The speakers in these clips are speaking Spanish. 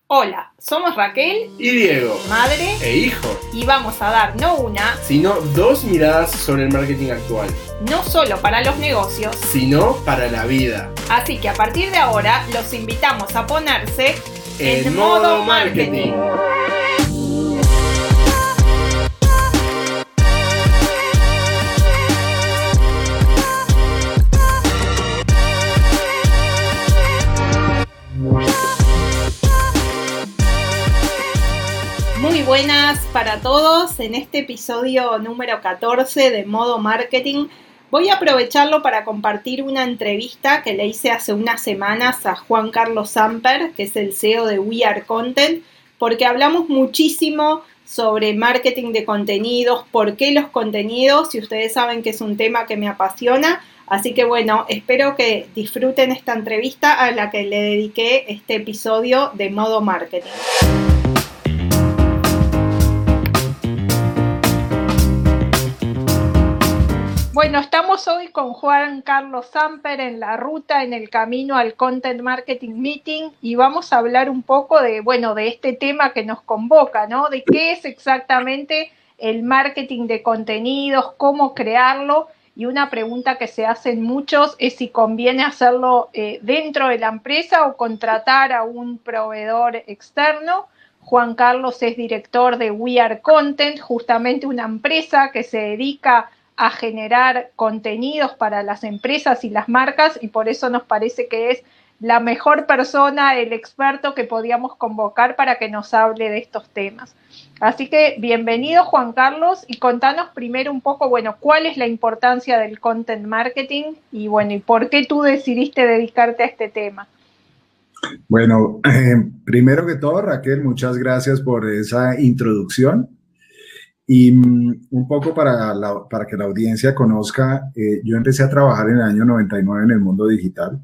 Hola, somos Raquel y Diego, madre e hijo, y vamos a dar no una, sino dos miradas sobre el marketing actual, no solo para los negocios, sino para la vida. Así que a partir de ahora los invitamos a ponerse en modo marketing. Muy buenas para todos. En este episodio número 14 de Modo Marketing voy a aprovecharlo para compartir una entrevista que le hice hace unas semanas a Juan Carlos Samper, que es el CEO de We Are Content, porque hablamos muchísimo sobre marketing de contenidos, por qué los contenidos, y ustedes saben que es un tema que me apasiona. Así que bueno, espero que disfruten esta entrevista a la que le dediqué este episodio de Modo Marketing. Bueno, estamos hoy con Juan Carlos Samper en la ruta, en el camino al Content Marketing Meeting, y vamos a hablar un poco de este tema que nos convoca, ¿no? De qué es exactamente el marketing de contenidos, cómo crearlo, y una pregunta que se hacen muchos es si conviene hacerlo dentro de la empresa o contratar a un proveedor externo. Juan Carlos es director de We Are Content, justamente una empresa que se dedica a generar contenidos para las empresas y las marcas, y por eso nos parece que es la mejor persona, el experto que podíamos convocar para que nos hable de estos temas. Así que bienvenido, Juan Carlos, y contanos primero un poco, cuál es la importancia del content marketing y por qué tú decidiste dedicarte a este tema. Bueno, primero que todo, Raquel, muchas gracias por esa introducción. Y un poco para que la audiencia conozca, yo empecé a trabajar en el año 99 en el mundo digital.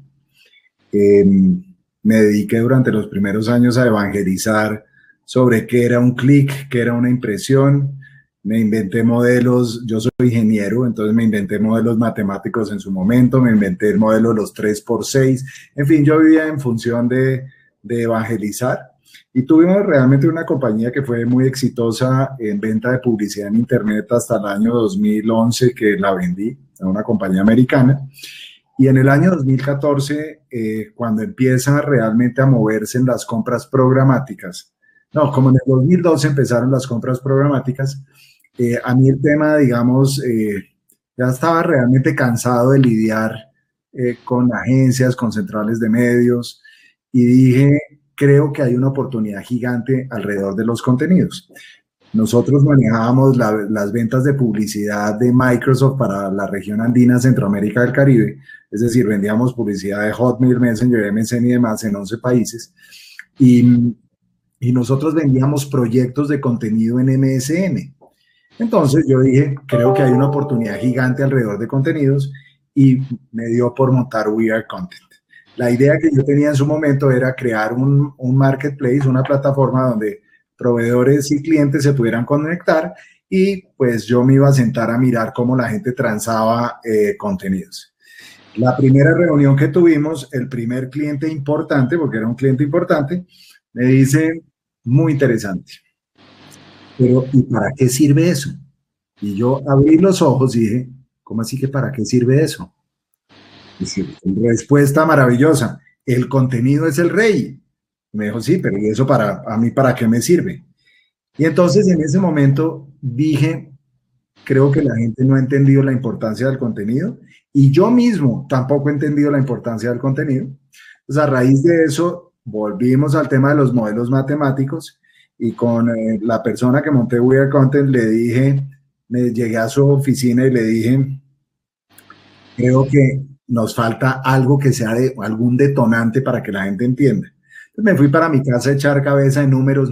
Me dediqué durante los primeros años a evangelizar sobre qué era un clic, qué era una impresión. Me inventé modelos, yo soy ingeniero, entonces me inventé modelos matemáticos en su momento, me inventé el modelo de los 3x6. En fin, yo vivía en función de evangelizar. Y tuvimos realmente una compañía que fue muy exitosa en venta de publicidad en Internet hasta el año 2011, que la vendí a una compañía americana. Y en el año 2014, cuando empieza realmente a moverse en las compras programáticas, como en el 2012 empezaron las compras programáticas, a mí el tema, digamos, ya estaba realmente cansado de lidiar con agencias, con centrales de medios, y dije, creo que hay una oportunidad gigante alrededor de los contenidos. Nosotros manejábamos las ventas de publicidad de Microsoft para la región andina, Centroamérica del Caribe, es decir, vendíamos publicidad de Hotmail, Messenger, MSN y demás en 11 países, y nosotros vendíamos proyectos de contenido en MSN. Entonces yo dije, creo que hay una oportunidad gigante alrededor de contenidos, y me dio por montar We Are Content. La idea que yo tenía en su momento era crear un marketplace, una plataforma donde proveedores y clientes se pudieran conectar, y pues yo me iba a sentar a mirar cómo la gente transaba contenidos. La primera reunión que tuvimos, el primer cliente importante, porque era un cliente importante, me dice, muy interesante, pero ¿y para qué sirve eso? Y yo abrí los ojos y dije, ¿cómo así que para qué sirve eso? Respuesta maravillosa, el contenido es el rey. Me dijo, sí, pero ¿y eso a mí para qué me sirve? Y entonces en ese momento dije, creo que la gente no ha entendido la importancia del contenido, y yo mismo tampoco he entendido la importancia del contenido. Entonces a raíz de eso volvimos al tema de los modelos matemáticos, y con la persona que monté We Are Content le dije, me llegué a su oficina y le dije, creo que nos falta algo que sea algún detonante para que la gente entienda. Entonces me fui para mi casa a echar cabeza en números,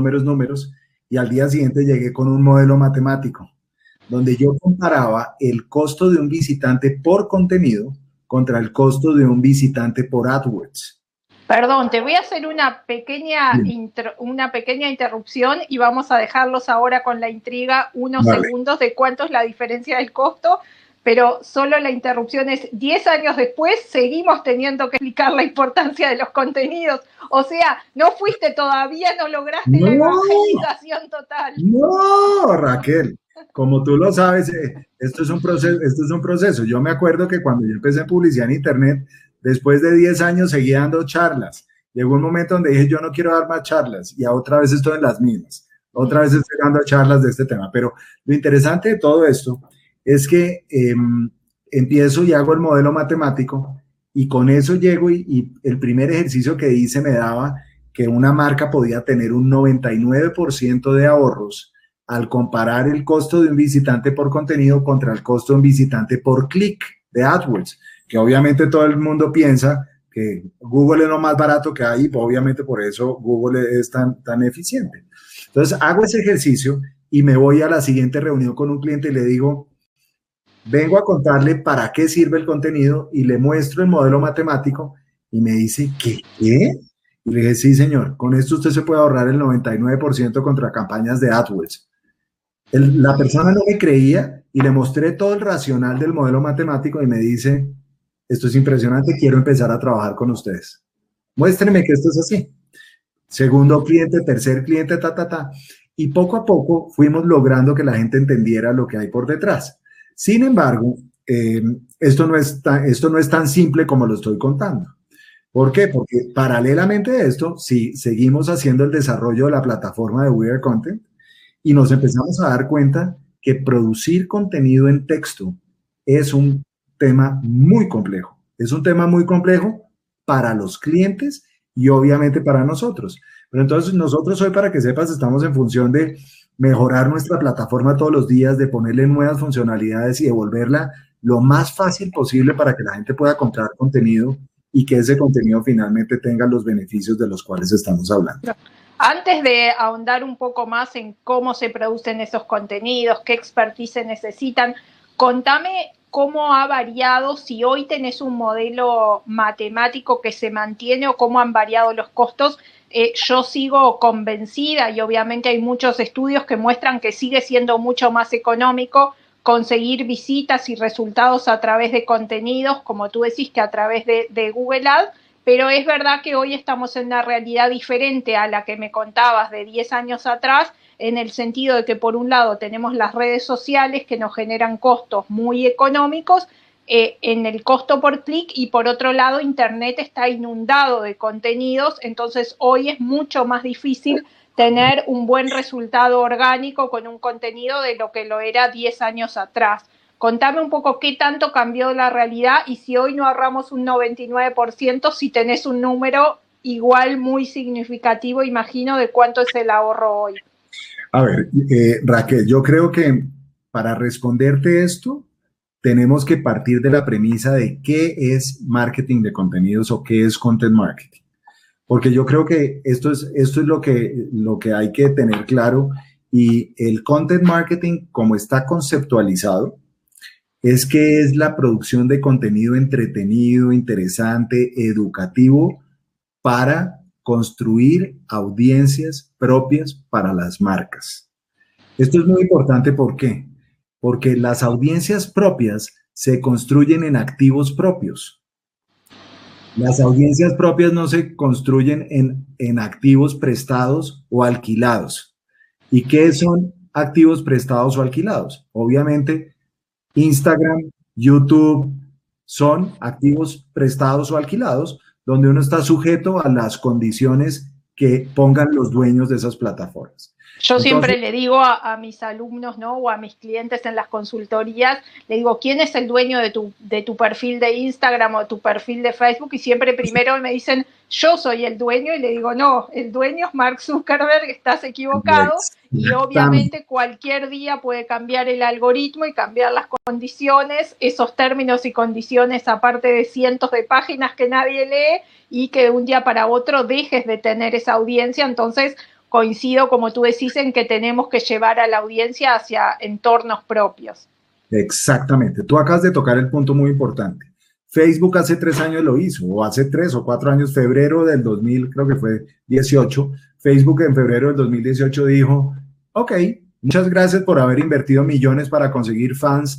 y al día siguiente llegué con un modelo matemático donde yo comparaba el costo de un visitante por contenido contra el costo de un visitante por AdWords. Perdón, te voy a hacer una pequeña interrupción y vamos a dejarlos ahora con la intriga unos segundos de cuánto es la diferencia del costo. pero solo la interrupción es 10 años después seguimos teniendo que explicar la importancia de los contenidos. O sea, no fuiste todavía, no lograste la evangelización total. No, Raquel, como tú lo sabes, esto es un proceso. Yo me acuerdo que cuando yo empecé en publicidad en internet, después de 10 años seguía dando charlas. Llegó un momento donde dije, yo no quiero dar más charlas, y otra vez estoy en las mismas. Otra vez estoy dando charlas de este tema. Pero lo interesante de todo esto es que empiezo y hago el modelo matemático, y con eso llego y el primer ejercicio que hice me daba que una marca podía tener un 99% de ahorros al comparar el costo de un visitante por contenido contra el costo de un visitante por clic de AdWords, que obviamente todo el mundo piensa que Google es lo más barato que hay, y obviamente por eso Google es tan eficiente. Entonces hago ese ejercicio y me voy a la siguiente reunión con un cliente y le digo, vengo a contarle para qué sirve el contenido, y le muestro el modelo matemático y me dice, ¿qué? Y le dije, sí, señor, con esto usted se puede ahorrar el 99% contra campañas de AdWords. La persona no me creía y le mostré todo el racional del modelo matemático y me dice, esto es impresionante, quiero empezar a trabajar con ustedes. Muéstrenme que esto es así. Segundo cliente, tercer cliente, y poco a poco fuimos logrando que la gente entendiera lo que hay por detrás. Sin embargo, esto no es tan simple como lo estoy contando. ¿Por qué? Porque paralelamente a esto, sí, seguimos haciendo el desarrollo de la plataforma de We Are Content, y nos empezamos a dar cuenta que producir contenido en texto es un tema muy complejo. Es un tema muy complejo para los clientes y obviamente para nosotros. Pero entonces nosotros hoy, para que sepas, estamos en función de mejorar nuestra plataforma todos los días, de ponerle nuevas funcionalidades y de volverla lo más fácil posible para que la gente pueda encontrar contenido y que ese contenido finalmente tenga los beneficios de los cuales estamos hablando. Antes de ahondar un poco más en cómo se producen esos contenidos, qué expertise se necesitan, contame cómo ha variado, si hoy tenés un modelo matemático que se mantiene o cómo han variado los costos. Yo sigo convencida, y obviamente hay muchos estudios que muestran que sigue siendo mucho más económico conseguir visitas y resultados a través de contenidos, como tú decís, que a través de Google Ads, pero es verdad que hoy estamos en una realidad diferente a la que me contabas de 10 años atrás, en el sentido de que por un lado tenemos las redes sociales que nos generan costos muy económicos en el costo por clic, y por otro lado Internet está inundado de contenidos, entonces hoy es mucho más difícil tener un buen resultado orgánico con un contenido de lo que lo era 10 años atrás. Contame un poco qué tanto cambió la realidad, y si hoy no ahorramos un 99%, si tenés un número igual muy significativo, imagino, de cuánto es el ahorro hoy. A ver, Raquel, yo creo que para responderte esto, tenemos que partir de la premisa de qué es marketing de contenidos o qué es content marketing. Porque yo creo que esto es lo que hay que tener claro, y el content marketing, como está conceptualizado, es que es la producción de contenido entretenido, interesante, educativo, para construir audiencias propias para las marcas. Esto es muy importante, ¿por qué? Porque las audiencias propias se construyen en activos propios. Las audiencias propias no se construyen en activos prestados o alquilados. ¿Y qué son activos prestados o alquilados? Obviamente, Instagram, YouTube son activos prestados o alquilados, donde uno está sujeto a las condiciones que pongan los dueños de esas plataformas. Yo siempre le digo a mis alumnos, ¿no?, o a mis clientes en las consultorías, le digo, ¿quién es el dueño de tu perfil de Instagram o tu perfil de Facebook? Y siempre primero me dicen, yo soy el dueño, y le digo, no, el dueño es Mark Zuckerberg, estás equivocado, y obviamente cualquier día puede cambiar el algoritmo y cambiar las condiciones, esos términos y condiciones, aparte de cientos de páginas que nadie lee, y que de un día para otro dejes de tener esa audiencia. Entonces, coincido, como tú decís, en que tenemos que llevar a la audiencia hacia entornos propios. Exactamente. Tú acabas de tocar el punto muy importante. Facebook hace 3 años lo hizo, o hace 3 o 4 años, febrero del 2000, creo que fue 18. Facebook en febrero del 2018 dijo, ok, muchas gracias por haber invertido millones para conseguir fans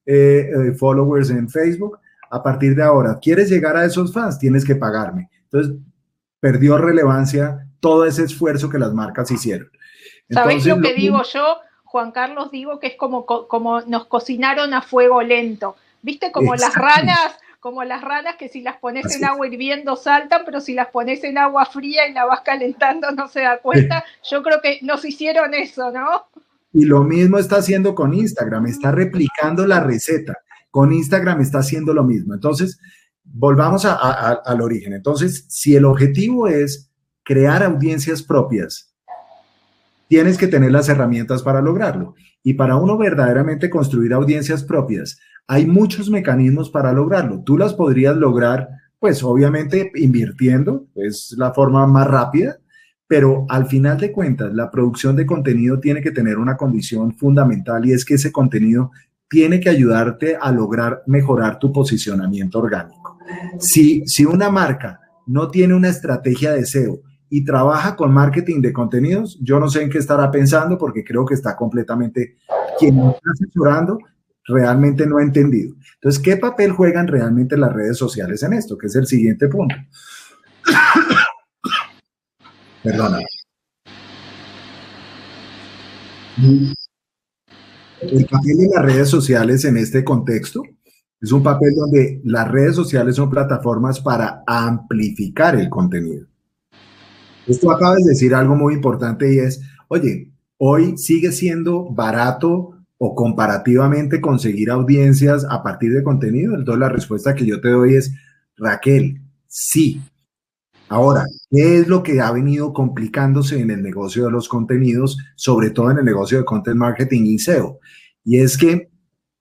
followers en Facebook. A partir de ahora, ¿quieres llegar a esos fans? Tienes que pagarme. Entonces, perdió relevancia todo ese esfuerzo que las marcas hicieron. ¿Sabés lo que digo yo, Juan Carlos? Digo que es como nos cocinaron a fuego lento. ¿Viste? Como las ranas que si las pones en agua hirviendo saltan, pero si las pones en agua fría y la vas calentando no se da cuenta. Yo creo que nos hicieron eso, ¿no? Y lo mismo está haciendo con Instagram, está replicando la receta. Con Instagram está haciendo lo mismo. Entonces, volvamos al origen. Entonces, si el objetivo es crear audiencias propias, tienes que tener las herramientas para lograrlo. Y para uno verdaderamente construir audiencias propias, hay muchos mecanismos para lograrlo. Tú las podrías lograr, pues obviamente invirtiendo, es la forma más rápida, pero al final de cuentas, la producción de contenido tiene que tener una condición fundamental y es que ese contenido tiene que ayudarte a lograr mejorar tu posicionamiento orgánico. Si una marca no tiene una estrategia de SEO y trabaja con marketing de contenidos, yo no sé en qué estará pensando porque creo que está completamente, quien está asesorando realmente no ha entendido. Entonces, ¿qué papel juegan realmente las redes sociales en esto? Que es el siguiente punto. Perdona. El papel de las redes sociales en este contexto es un papel donde las redes sociales son plataformas para amplificar el contenido. Esto acabas de decir algo muy importante y es, oye, hoy sigue siendo barato o comparativamente conseguir audiencias a partir de contenido. Entonces la respuesta que yo te doy es, Raquel, sí. Ahora, ¿qué es lo que ha venido complicándose en el negocio de los contenidos, sobre todo en el negocio de content marketing y SEO? Y es que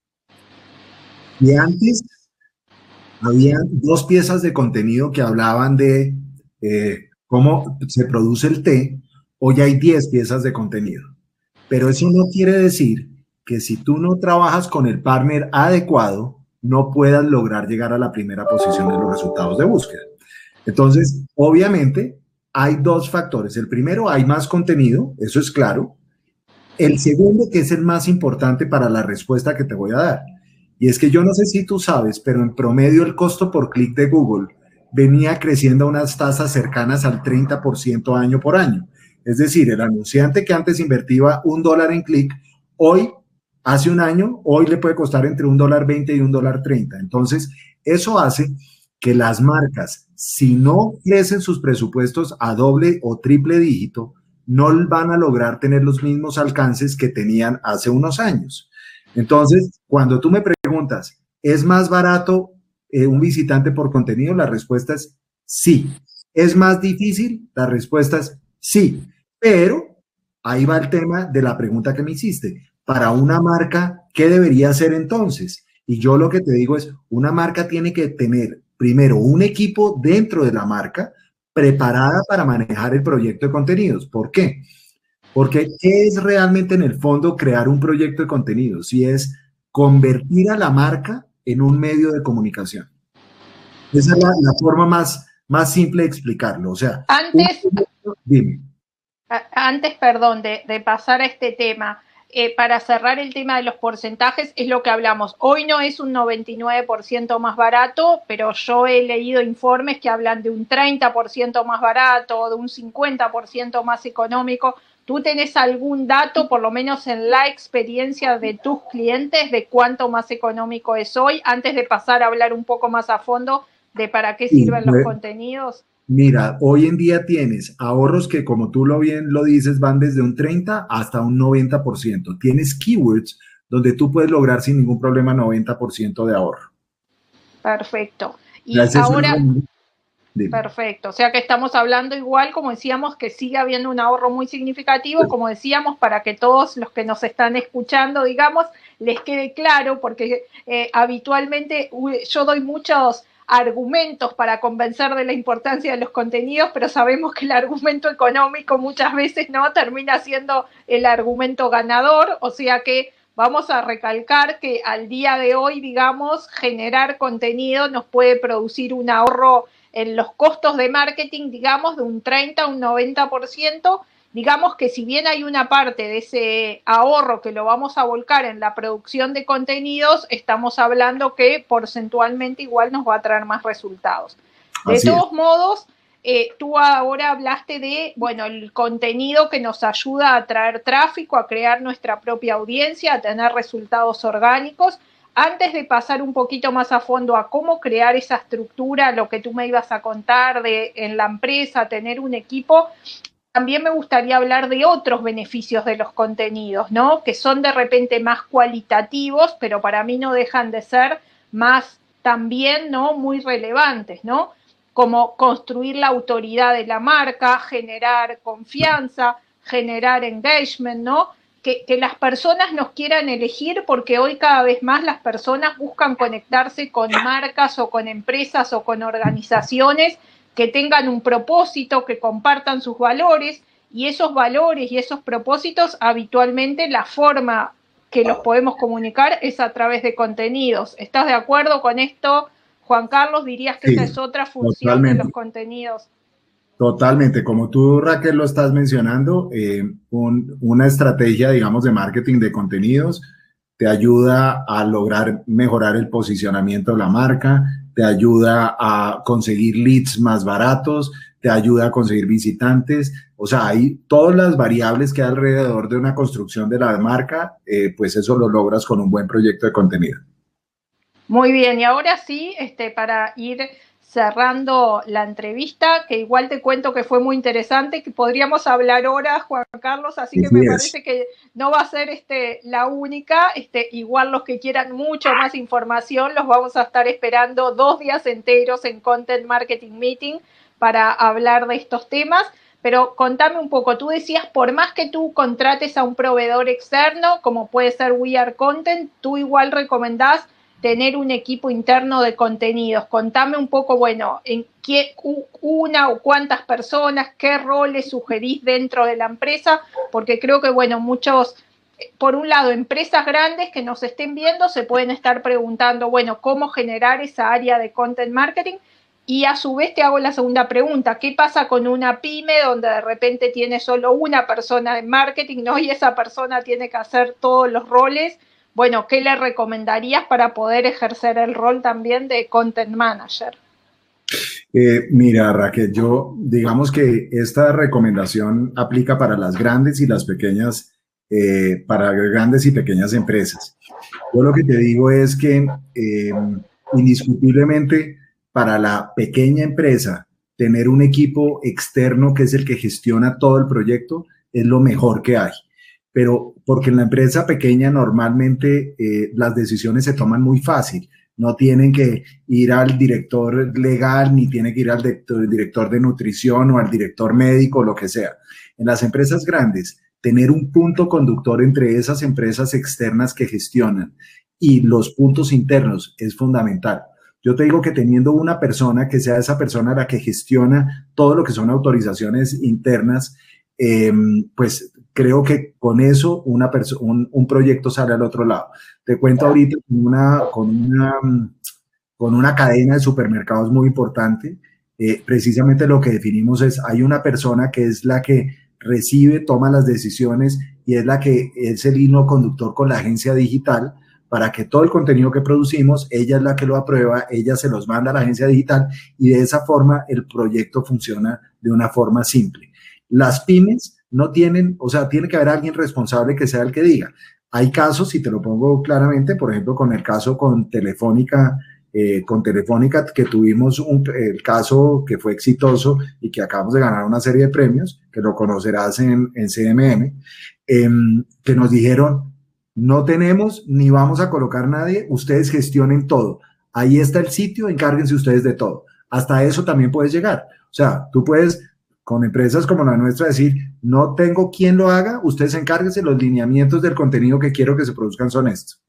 antes había dos piezas de contenido que hablaban de cómo se produce el té, hoy hay 10 piezas de contenido. Pero eso no quiere decir que si tú no trabajas con el partner adecuado, no puedas lograr llegar a la primera posición de los resultados de búsqueda. Entonces, obviamente, hay dos factores. El primero, hay más contenido, eso es claro. El segundo, que es el más importante para la respuesta que te voy a dar, y es que yo no sé si tú sabes, pero en promedio el costo por clic de Google venía creciendo a unas tasas cercanas al 30% año por año. Es decir, el anunciante que antes invertía $1 en clic, hoy, hace un año, hoy le puede costar entre $1.20 y $1.30. Entonces, eso hace que las marcas, si no crecen sus presupuestos a doble o triple dígito, no van a lograr tener los mismos alcances que tenían hace unos años. Entonces, cuando tú me preguntas, ¿es más barato un visitante por contenido? La respuesta es sí. ¿Es más difícil? La respuesta es sí. Pero ahí va el tema de la pregunta que me hiciste. Para una marca, ¿qué debería hacer entonces? Y yo lo que te digo es, una marca tiene que tener primero un equipo dentro de la marca preparada para manejar el proyecto de contenidos. ¿Por qué? Porque ¿qué es realmente en el fondo crear un proyecto de contenidos? Si es convertir a la marca en un medio de comunicación. Esa es la forma más simple de explicarlo. O sea, antes, perdón, de pasar a este tema, para cerrar el tema de los porcentajes, es lo que hablamos. Hoy no es un 99% más barato, pero yo he leído informes que hablan de un 30% más barato, de un 50% más económico. ¿Tú tenés algún dato, por lo menos en la experiencia de tus clientes, de cuánto más económico es hoy, antes de pasar a hablar un poco más a fondo de para qué sirven los contenidos? Mira, hoy en día tienes ahorros que, como tú bien lo dices, van desde un 30 hasta un 90%. Tienes keywords donde tú puedes lograr sin ningún problema 90% de ahorro. Perfecto. Y ahora... Perfecto, o sea que estamos hablando igual, como decíamos, que sigue habiendo un ahorro muy significativo, como decíamos, para que todos los que nos están escuchando, digamos, les quede claro, porque habitualmente yo doy muchos argumentos para convencer de la importancia de los contenidos, pero sabemos que el argumento económico muchas veces no termina siendo el argumento ganador, o sea que vamos a recalcar que al día de hoy, digamos, generar contenido nos puede producir un ahorro en los costos de marketing, digamos, de un 30 a un 90%. Digamos que si bien hay una parte de ese ahorro que lo vamos a volcar en la producción de contenidos, estamos hablando que porcentualmente igual nos va a traer más resultados. De todos modos, tú ahora hablaste de, bueno, el contenido que nos ayuda a traer tráfico, a crear nuestra propia audiencia, a tener resultados orgánicos. Antes de pasar un poquito más a fondo a cómo crear esa estructura, lo que tú me ibas a contar de en la empresa, tener un equipo, también me gustaría hablar de otros beneficios de los contenidos, ¿no? Que son de repente más cualitativos, pero para mí no dejan de ser más también, ¿no? Muy relevantes, ¿no? Como construir la autoridad de la marca, generar confianza, generar engagement, ¿no? Que las personas nos quieran elegir, porque hoy cada vez más las personas buscan conectarse con marcas o con empresas o con organizaciones que tengan un propósito, que compartan sus valores, y esos valores y esos propósitos habitualmente la forma que los podemos comunicar es a través de contenidos. ¿Estás de acuerdo con esto, Juan Carlos? ¿Dirías que esa es otra función totalmente de los contenidos? Totalmente, como tú, Raquel, lo estás mencionando, una estrategia, digamos, de marketing de contenidos te ayuda a lograr mejorar el posicionamiento de la marca, te ayuda a conseguir leads más baratos, te ayuda a conseguir visitantes. O sea, hay todas las variables que hay alrededor de una construcción de la marca, pues eso lo logras con un buen proyecto de contenido. Muy bien, y ahora sí, para ir cerrando la entrevista, que igual te cuento que fue muy interesante, que podríamos hablar horas, Juan Carlos, así que me parece que no va a ser la única. Igual los que quieran mucho más información, los vamos a estar esperando 2 días enteros en Content Marketing Meeting para hablar de estos temas. Pero contame un poco, tú decías, por más que tú contrates a un proveedor externo, como puede ser We Are Content, tú igual recomendás tener un equipo interno de contenidos. Contame un poco, bueno, en qué una o cuántas personas, qué roles sugerís dentro de la empresa, porque creo que, bueno, muchos, por un lado, empresas grandes que nos estén viendo se pueden estar preguntando, bueno, cómo generar esa área de content marketing, y a su vez te hago la segunda pregunta, ¿qué pasa con una pyme donde de repente tiene solo una persona de marketing, ¿no? Y esa persona tiene que hacer todos los roles? Bueno, ¿qué le recomendarías para poder ejercer el rol también de content manager? Mira, Raquel, yo digamos que esta recomendación aplica para las grandes y las pequeñas, para grandes y pequeñas empresas. Yo lo que te digo es que indiscutiblemente para la pequeña empresa tener un equipo externo que es el que gestiona todo el proyecto es lo mejor que hay. Pero porque en la empresa pequeña normalmente las decisiones se toman muy fácil. No tienen que ir al director legal, ni tienen que ir al director de nutrición o al director médico, lo que sea. En las empresas grandes, tener un punto conductor entre esas empresas externas que gestionan y los puntos internos es fundamental. Yo te digo que teniendo una persona, que sea esa persona la que gestiona todo lo que son autorizaciones internas, pues creo que con eso un proyecto sale al otro lado. Te cuento ahorita con una cadena de supermercados muy importante. Precisamente lo que definimos es, hay una persona que es la que recibe, toma las decisiones y es la que es el hilo conductor con la agencia digital para que todo el contenido que producimos, ella es la que lo aprueba, ella se los manda a la agencia digital y de esa forma el proyecto funciona de una forma simple. Las pymes no tienen, o sea, tiene que haber alguien responsable que sea el que diga. Hay casos, y te lo pongo claramente, por ejemplo, con el caso con Telefónica, que tuvimos el caso que fue exitoso y que acabamos de ganar una serie de premios, que lo conocerás en CMM, que nos dijeron, no tenemos ni vamos a colocar nadie, ustedes gestionen todo. Ahí está el sitio, encárguense ustedes de todo. Hasta eso también puedes llegar. O sea, tú puedes, con empresas como la nuestra, decir, no tengo quien lo haga, ustedes encárguense, los lineamientos del contenido que quiero que se produzcan son estos.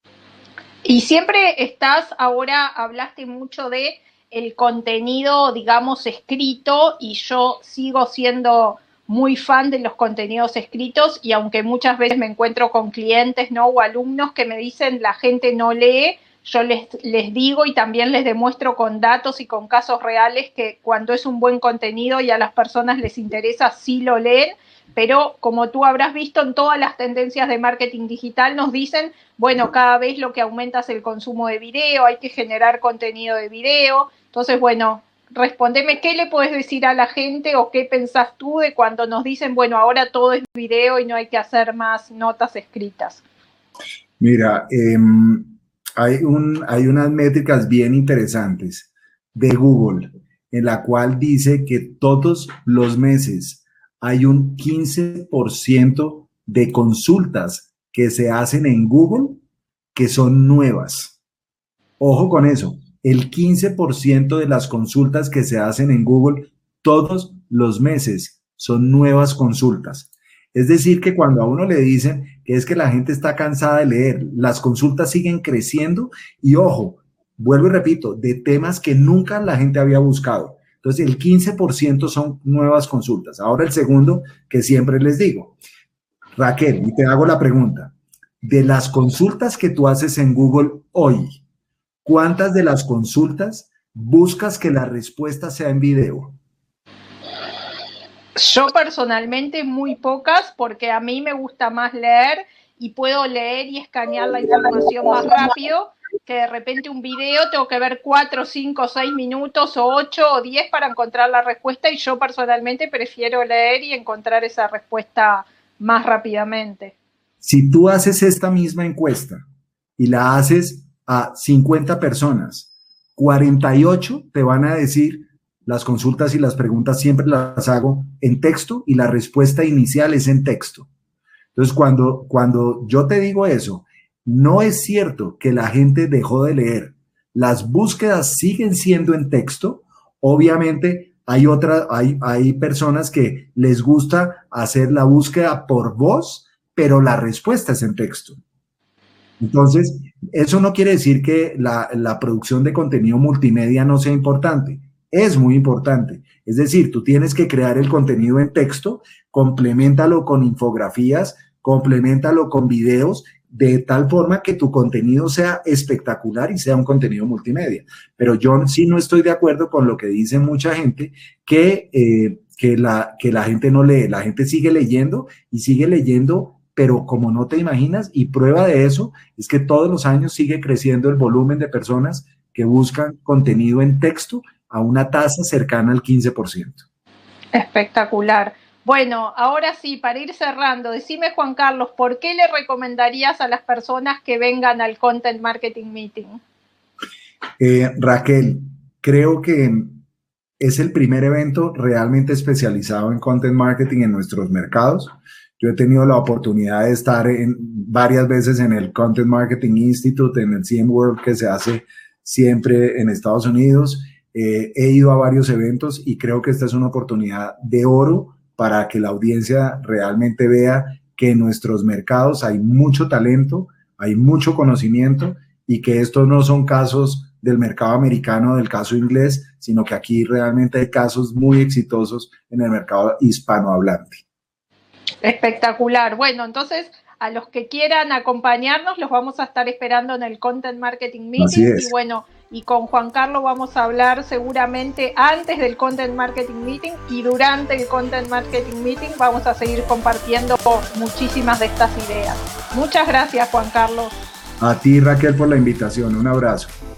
Y siempre ahora hablaste mucho de el contenido, digamos, escrito, y yo sigo siendo muy fan de los contenidos escritos, y aunque muchas veces me encuentro con clientes, ¿no?, o alumnos que me dicen la gente no lee, yo les digo y también les demuestro con datos y con casos reales que cuando es un buen contenido y a las personas les interesa, sí lo leen, pero como tú habrás visto en todas las tendencias de marketing digital nos dicen, bueno, cada vez lo que aumenta es el consumo de video, hay que generar contenido de video. Entonces, bueno, respondeme, ¿qué le puedes decir a la gente o qué pensás tú de cuando nos dicen, bueno, ahora todo es video y no hay que hacer más notas escritas? Mira, hay unas métricas bien interesantes de Google, en la cual dice que todos los meses hay un 15% de consultas que se hacen en Google que son nuevas. Ojo con eso, el 15% de las consultas que se hacen en Google todos los meses son nuevas consultas. Es decir, que cuando a uno le dicen que es que la gente está cansada de leer, las consultas siguen creciendo y ojo, vuelvo y repito, de temas que nunca la gente había buscado. Entonces, el 15% son nuevas consultas. Ahora el segundo que siempre les digo. Raquel, y te hago la pregunta. De las consultas que tú haces en Google hoy, ¿cuántas de las consultas buscas que la respuesta sea en video? Yo personalmente muy pocas, porque a mí me gusta más leer y puedo leer y escanear la información más rápido que de repente un video tengo que ver 4, 5, 6 minutos o 8 o 10 para encontrar la respuesta y yo personalmente prefiero leer y encontrar esa respuesta más rápidamente. Si tú haces esta misma encuesta y la haces a 50 personas, 48 te van a decir las consultas y las preguntas siempre las hago en texto y la respuesta inicial es en texto. Entonces, cuando yo te digo eso, no es cierto que la gente dejó de leer. Las búsquedas siguen siendo en texto. Obviamente, hay personas que les gusta hacer la búsqueda por voz, pero la respuesta es en texto. Entonces, eso no quiere decir que la producción de contenido multimedia no sea importante. Es muy importante. Es decir, tú tienes que crear el contenido en texto, compleméntalo con infografías, compleméntalo con videos, de tal forma que tu contenido sea espectacular y sea un contenido multimedia. Pero yo sí no estoy de acuerdo con lo que dice mucha gente, que la gente no lee. La gente sigue leyendo y sigue leyendo, pero como no te imaginas, y prueba de eso es que todos los años sigue creciendo el volumen de personas que buscan contenido en texto a una tasa cercana al 15%. Espectacular. Bueno, ahora sí, para ir cerrando, decime, Juan Carlos, ¿por qué le recomendarías a las personas que vengan al Content Marketing Meeting? Raquel, creo que es el primer evento realmente especializado en Content Marketing en nuestros mercados. Yo he tenido la oportunidad de estar varias veces en el Content Marketing Institute, en el CM World que se hace siempre en Estados Unidos. He ido a varios eventos y creo que esta es una oportunidad de oro para que la audiencia realmente vea que en nuestros mercados hay mucho talento, hay mucho conocimiento y que estos no son casos del mercado americano, del caso inglés, sino que aquí realmente hay casos muy exitosos en el mercado hispanohablante. Espectacular. Bueno, entonces a los que quieran acompañarnos los vamos a estar esperando en el Content Marketing Meeting. Y bueno, y con Juan Carlos vamos a hablar seguramente antes del Content Marketing Meeting y durante el Content Marketing Meeting vamos a seguir compartiendo muchísimas de estas ideas. Muchas gracias, Juan Carlos. A ti, Raquel, por la invitación. Un abrazo.